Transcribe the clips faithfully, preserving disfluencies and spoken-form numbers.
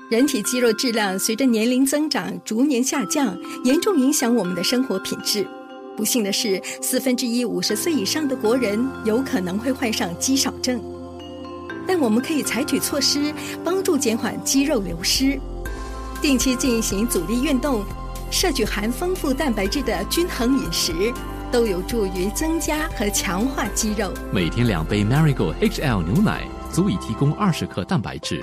人体肌肉质量随着年龄增长逐年下降，严重影响我们的生活品质。不幸的是，四分之一五十岁以上的国人有可能会患上肌少症。但我们可以采取措施，帮助减缓肌肉流失。定期进行阻力运动，摄取含丰富蛋白质的均衡饮食，都有助于增加和强化肌肉。 每天两杯 Marigold H L 牛奶，足以提供二十克蛋白质。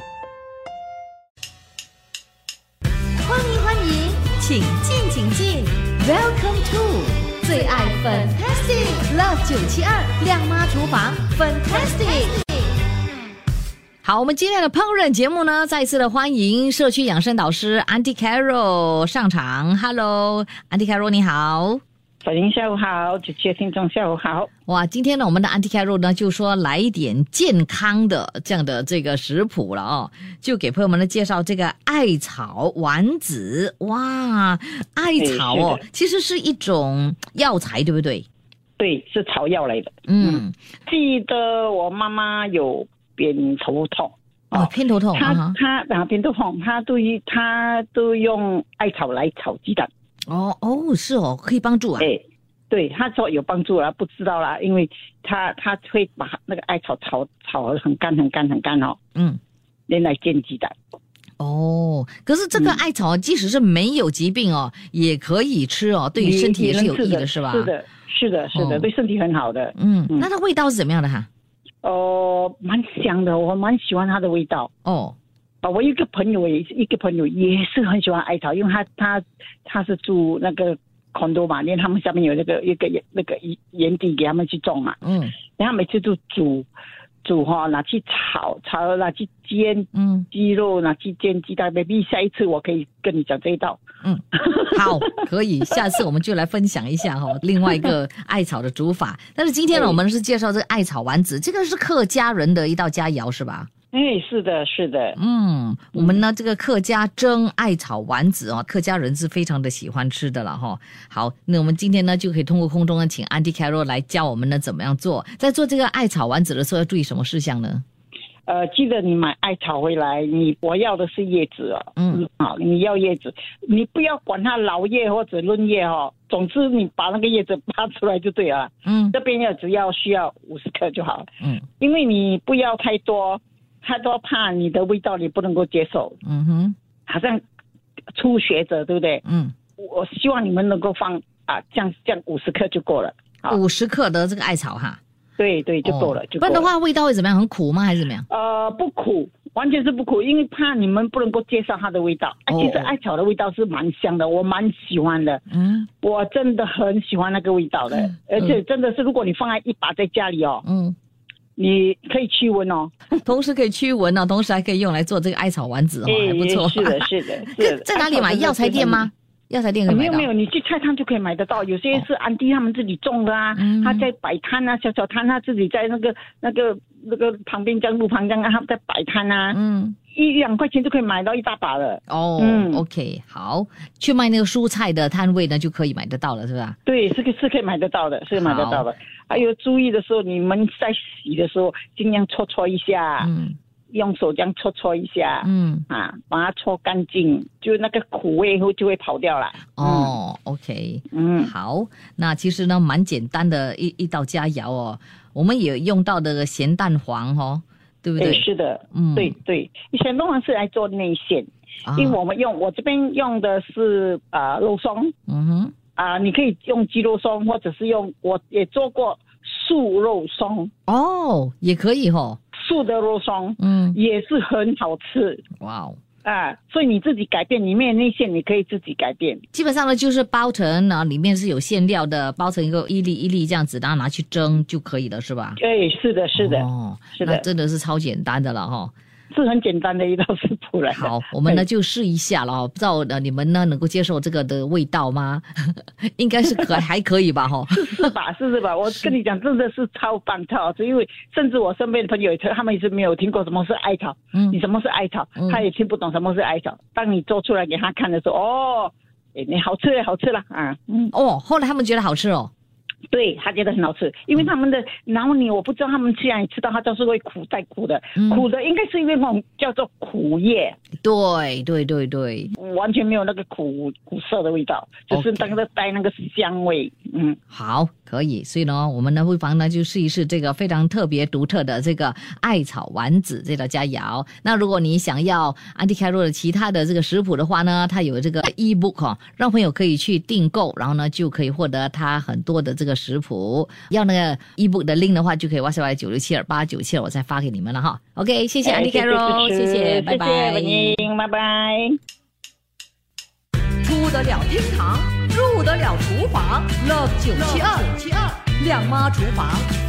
欢迎欢迎，请进请进 ，Welcome to 最爱 Fantastic Love 九七二亮妈厨房 Fantastic。好，我们今天的烹饪节目呢，再一次的欢迎社区养生导师 Auntie Carol 上场。Hello， Auntie Carol 你好。 小林下午好，主持听众下午好。 哇，今天呢，我们的 Auntie Carol 呢就说来一点健康的这样的这个食谱了哦，就给朋友们呢介绍这个艾草丸子。哇，艾草哦，其实是一种药材，对不对？ 对，是草药来的。 嗯， 嗯记得我妈妈有偏头痛。 哦，偏头痛。 她她啊偏头痛，她都她都用艾草来炒鸡蛋。 哦哦，是哦，可以帮助啊。 对，对，他说有帮助啦，不知道啦，因为他他会把那个艾草炒炒很干很干很干哦， 嗯， 连来煎鸡蛋。 哦，可是这个艾草即使是没有疾病哦，嗯、也可以吃哦，对于身体也是有益的，是吧？ 是的，是的，是的，哦、对身体很好的。 嗯，嗯那它味道是怎么样的哈？ 哦、呃，蛮香的，我蛮喜欢它的味道。 哦。 我有一个朋友，也一个朋友也是很喜欢艾草，因为他他他是住那个 condo 嘛，因为他们下面有那个一个那个园地给他们去种嘛，嗯，然后每次都煮煮哈，拿去炒炒，拿去煎，嗯，鸡肉拿去煎鸡蛋 ，baby， 下一次我可以跟你讲这一道， 嗯，好，可以，下次我们就来分享一下哈，另外一个艾草的煮法。但是今天呢，我们是介绍这个艾草丸子，这个是客家人的一道佳肴，是吧？ 哎，是的，是的， 嗯，我们呢这个客家蒸艾草丸子哦，客家人是非常的喜欢吃的了哈。好，那我们今天呢就可以通过空中呢，请 Auntie Carol 来教我们呢怎么样做。在做这个艾草丸子的时候要注意什么事项呢？ 呃，记得你买艾草回来，你我要的是叶子哦，嗯，好，你要叶子，你不要管它老叶或者嫩叶哦，总之你把那个叶子拔出来就对了。嗯，这边要只要需要五十克就好了。嗯，因为你不要太多。太多怕你的味道你不能够接受，嗯哼，好像初学者对不对？嗯，我希望你们能够放啊，这样这样五十克就够了， 五十克的这个艾草哈， 对对就够了，哦、就够了。 不然的话味道会怎么样？很苦吗？还是怎么样？ 呃，不苦，完全是不苦，因为怕你们不能够接受它的味道。哦、啊，其实艾草的味道是蛮香的，我蛮喜欢的，嗯，我真的很喜欢那个味道的，嗯、而且真的是如果你放在一把在家里哦，嗯。你可以驱蚊哦， 同时可以驱蚊哦，同时还可以用来做这个艾草丸子哦，欸、还不错。 是的，是的，是的。 在哪里买？药材店吗？药材店可以买到？ 没有没有，你去菜摊就可以买得到。有些是安迪他们自己种的啊，哦、他在摆摊啊，小小摊，他自己在那个那个那个旁边这样路旁这样，他们在摆摊啊，嗯，一两块钱就可以买到一大把了。 哦，嗯 ，OK， 好，去卖那个蔬菜的摊位呢，就可以买得到了，是吧？ 对，是个是可以买得到的，是买得到的。还有注意的时候，你们在洗的时候尽量搓搓一下，嗯，用手这样搓搓一下，嗯，啊，把它搓干净，就那个苦味后就会跑掉了。 哦、嗯、，OK， 嗯，好，那其实呢蛮简单的一一道佳肴哦，我们也用到的咸蛋黄哦，对不对？ 对，是的，嗯，对对，咸蛋黄是来做内馅，啊、因为我们用我这边用的是啊、呃、肉松，嗯哼。啊、呃，你可以用鸡肉松，或者是用我也做过素肉松哦，也可以哦， 素的肉松，嗯，也是很好吃。哇哦，啊，所以你自己改变里面内馅，你可以自己改变。 基本上呢，就是包成呢，里面是有馅料的，包成一个一粒一粒这样子，然后拿去蒸就可以了，是吧？ 对，是的，是的， 哦， 是的， 那真的是超简单的了哈。 是很简单的一道食谱来的。 好，我们呢就试一下了，不知道呃你们呢能够接受这个的味道吗？应该是可还可以吧？哈， 是是吧？是是吧？我跟你讲，真的是超棒超好吃，因为甚至我身边的朋友，他们也是没有听过什么是艾草，嗯，你什么是艾草，嗯、他也听不懂什么是艾草。当你做出来给他看的时候，哦，哎，你好吃了，好吃了啊，嗯， 哦，后来他们觉得好吃哦。 对，他觉得很好吃，因为他们的脑泥我不知道他们既然吃到它就是会苦再苦的，嗯、苦的应该是因为那种叫做苦叶。 对对对对， 完全没有那个苦苦涩的味道，就是那个带那个香味。嗯， 好，可以。所以呢，我们呢不妨呢就试一试这个非常特别独特的这个艾草丸子这道佳肴。那如果你想要 Auntie Carol 的其他的这个食谱的话呢，它有这个 e-book 哦，让朋友可以去订购，然后呢就可以获得它很多的这个食谱。要那个 e-book 的 link 的话，就可以 WhatsApp 来九六七二八九七二，我再发给你们了哈。OK， 谢谢 Auntie Carol， 谢谢，拜拜， 谢谢文英，拜拜。 出得了厅堂，入得了厨房 ，Love 九七二，亮妈厨房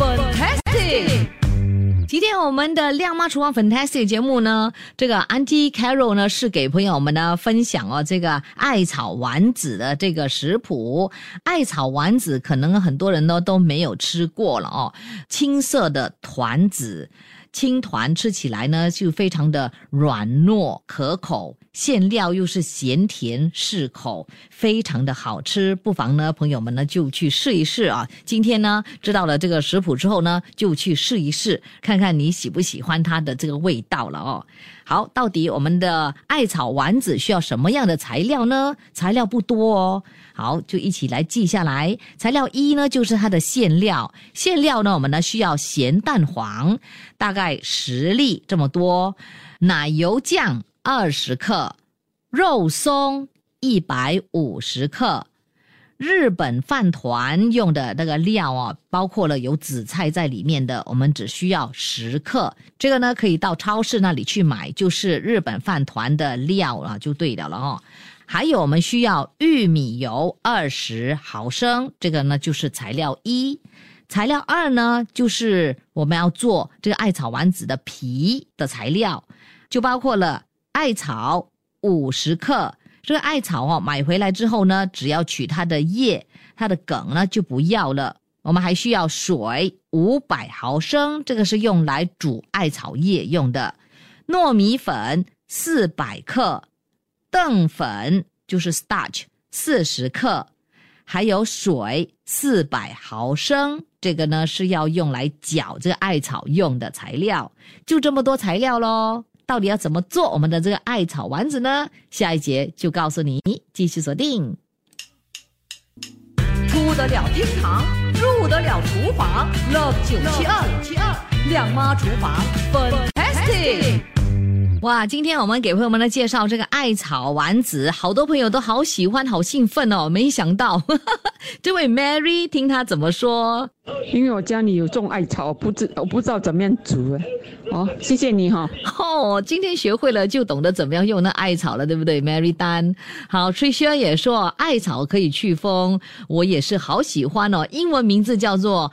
，Fantastic。 今天我们的亮妈厨房 Fantastic 节目呢，这个 Auntie Carol 呢是给朋友们呢分享哦这个艾草丸子的这个食谱。艾草丸子可能很多人呢都没有吃过了哦，青色的团子。青团吃起来呢就非常的软糯可口，馅料又是咸甜适口，非常的好吃。不妨呢朋友们呢就去试一试啊！今天呢知道了这个食谱之后呢，就去试一试，看看你喜不喜欢它的这个味道了哦。好，到底我们的艾草丸子需要什么样的材料呢？材料不多哦。好，就一起来记下来。材料一呢，就是它的馅料。馅料呢，我们呢需要咸蛋黄，大概十粒这么多，奶油酱二十克，肉松一百五十克。日本饭团用的那个料啊，包括了有紫菜在里面的，我们只需要十克。这个呢，可以到超市那里去买，就是日本饭团的料啊，就对了了哦。还有我们需要玉米油二十毫升，这个呢就是材料一。材料二呢，就是我们要做这个艾草丸子的皮的材料，就包括了艾草五十克。这个艾草哦，买回来之后呢，只要取它的叶，它的梗呢就不要了。我们还需要水五百毫升，这个是用来煮艾草叶用的。糯米粉四百克，淀粉就是 starch 四十克，还有水四百毫升，这个呢是要用来搅这个艾草用的材料。就这么多材料咯。到底要怎么做我们的这个艾草丸子呢？下一节就告诉你，继续锁定。 出得了厅堂，入得了厨房 ，Love 九七二，亮妈厨房 ，Fantastic。 哇，今天我们给朋友们来介绍这个艾草丸子，好多朋友都好喜欢，好兴奋哦！没想到呵呵这位 Mary 听她怎么说？ 因为我家里有种艾草，我不知我不知道怎么样煮哎。哦，谢谢你哈、 哦。哦，今天学会了就懂得怎么样用那艾草了，对不对 ？Mary 丹，好 ，Tricia 也说艾草可以祛风，我也是好喜欢哦。英文名字叫做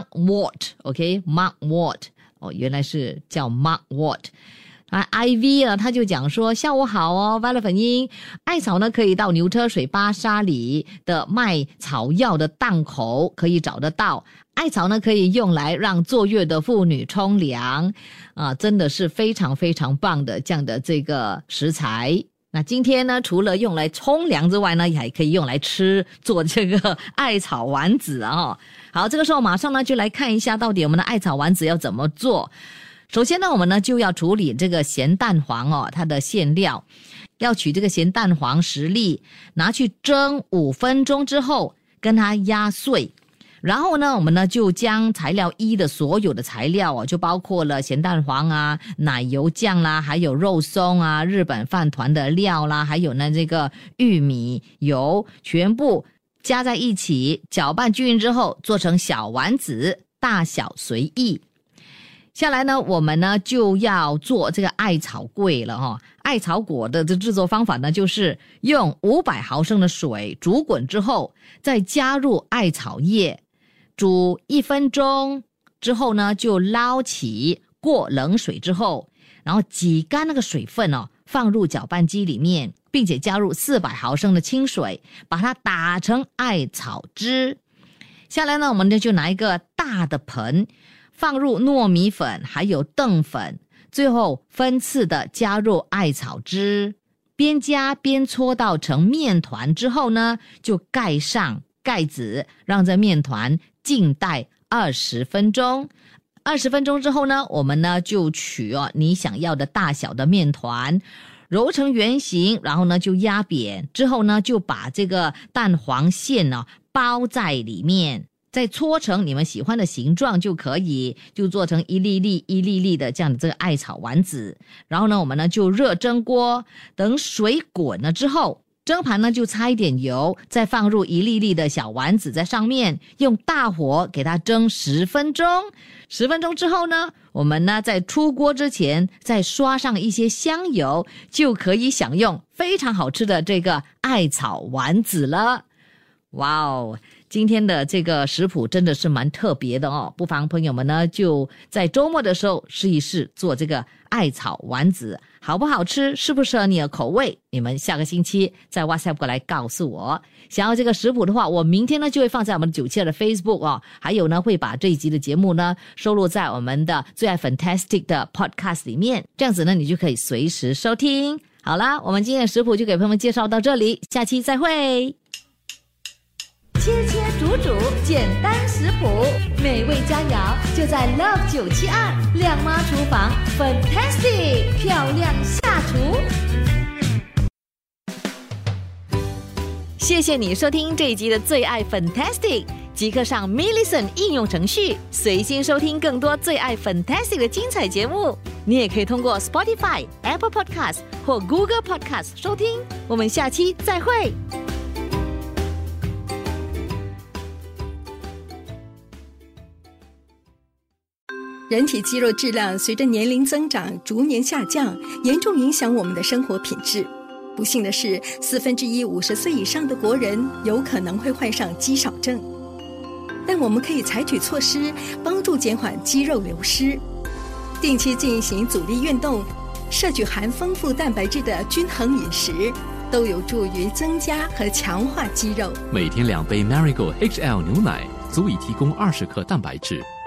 Mugwort，OK，Mugwort，、okay? 哦，原来是叫 Mugwort。啊 ，I V 啊，他就讲说下午好哦 ，Violet 粉英，艾草呢可以到牛车水巴沙里的卖草药的档口可以找得到。艾草呢可以用来让坐月的妇女冲凉，啊，真的是非常非常棒的这样的这个食材。那今天呢，除了用来冲凉之外呢，也还可以用来吃，做这个艾草丸子啊、哦。好，这个时候马上呢就来看一下到底我们的艾草丸子要怎么做。首先呢，我们呢就要处理这个咸蛋黄哦，它的馅料，要取这个咸蛋黄十粒，拿去蒸五分钟之后，跟它压碎。然后呢，我们呢就将材料一的所有的材料哦，就包括了咸蛋黄啊、奶油酱啦，还有肉松啊、日本饭团的料啦，还有呢这个玉米油，全部加在一起，搅拌均匀之后，做成小丸子，大小随意。下来呢，我们呢就要做这个艾草粿了哈、哦。艾草果的这制作方法呢，就是用五百毫升的水煮滚之后，再加入艾草叶，煮一分钟之后呢，就捞起，过冷水之后，然后挤干那个水分哦，放入搅拌机里面，并且加入四百毫升的清水，把它打成艾草汁。下来呢，我们呢就拿一个大的盆，放入糯米粉还有淀粉，最后分次的加入艾草汁，边加边搓到成面团之后呢，就盖上盖子，让这面团静待二十分钟。二十分钟之后呢，我们呢就取哦你想要的大小的面团，揉成圆形，然后呢就压扁，之后呢就把这个蛋黄馅呢包在里面，再搓成你们喜欢的形状就可以，就做成一粒粒一粒粒的这样的这个艾草丸子。然后呢我们呢就热蒸锅，等水滚了之后，蒸盘呢就擦一点油，再放入一粒粒的小丸子在上面，用大火给它蒸十分钟。十分钟之后呢，我们呢在出锅之前再刷上一些香油，就可以享用非常好吃的这个艾草丸子了。哇哦，今天的这个食谱真的是蛮特别的哦，不妨朋友们呢就在周末的时候试一试做这个艾草丸子，好不好吃，适不适合你的口味，你们下个星期在 WhatsApp 过来告诉我。想要这个食谱的话，我明天呢就会放在我们的九七二的 Facebook 哦，还有呢会把这一集的节目呢收录在我们的最爱 Fantastic 的 Podcast 里面，这样子呢你就可以随时收听。好啦，我们今天的食谱就给朋友们介绍到这里，下期再会。 切切煮煮，简单食谱，美味佳肴就在 Love 九七二亮妈厨房 Fantastic 漂亮下厨。 谢谢你收听这一集的最爱 Fantastic， 即刻上 Millicent 应用程序，随心收听更多最爱 Fantastic 的精彩节目。你也可以通过 Spotify、Apple Podcast 或 Google Podcast 收听。我们下期再会。 人体肌肉质量随着年龄增长逐年下降，严重影响我们的生活品质。不幸的是，四分之一五十岁以上的国人有可能会患上肌少症。但我们可以采取措施，帮助减缓肌肉流失。定期进行阻力运动，摄取含丰富蛋白质的均衡饮食，都有助于增加和强化肌肉。 每天两杯 Marigold H L 牛奶足以提供二十克蛋白质。